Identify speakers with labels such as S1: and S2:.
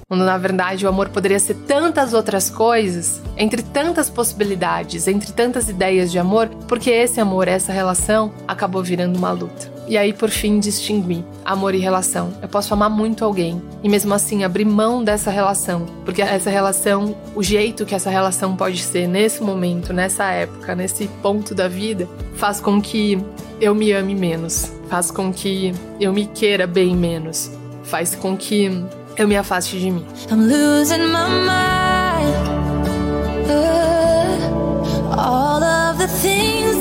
S1: Quando na verdade o amor poderia ser tantas outras coisas, entre tantas possibilidades, entre tantas ideias de amor, porque esse amor, essa relação, acabou virando uma luta. E aí, por fim, distinguir amor e relação. Eu posso amar muito alguém e mesmo assim abrir mão dessa relação, porque essa relação, o jeito que essa relação pode ser nesse momento, nessa época, nesse ponto da vida, faz com que eu me ame menos, faz com que eu me queira bem menos, faz com que eu me afaste de mim.
S2: I'm losing my mind. All of the things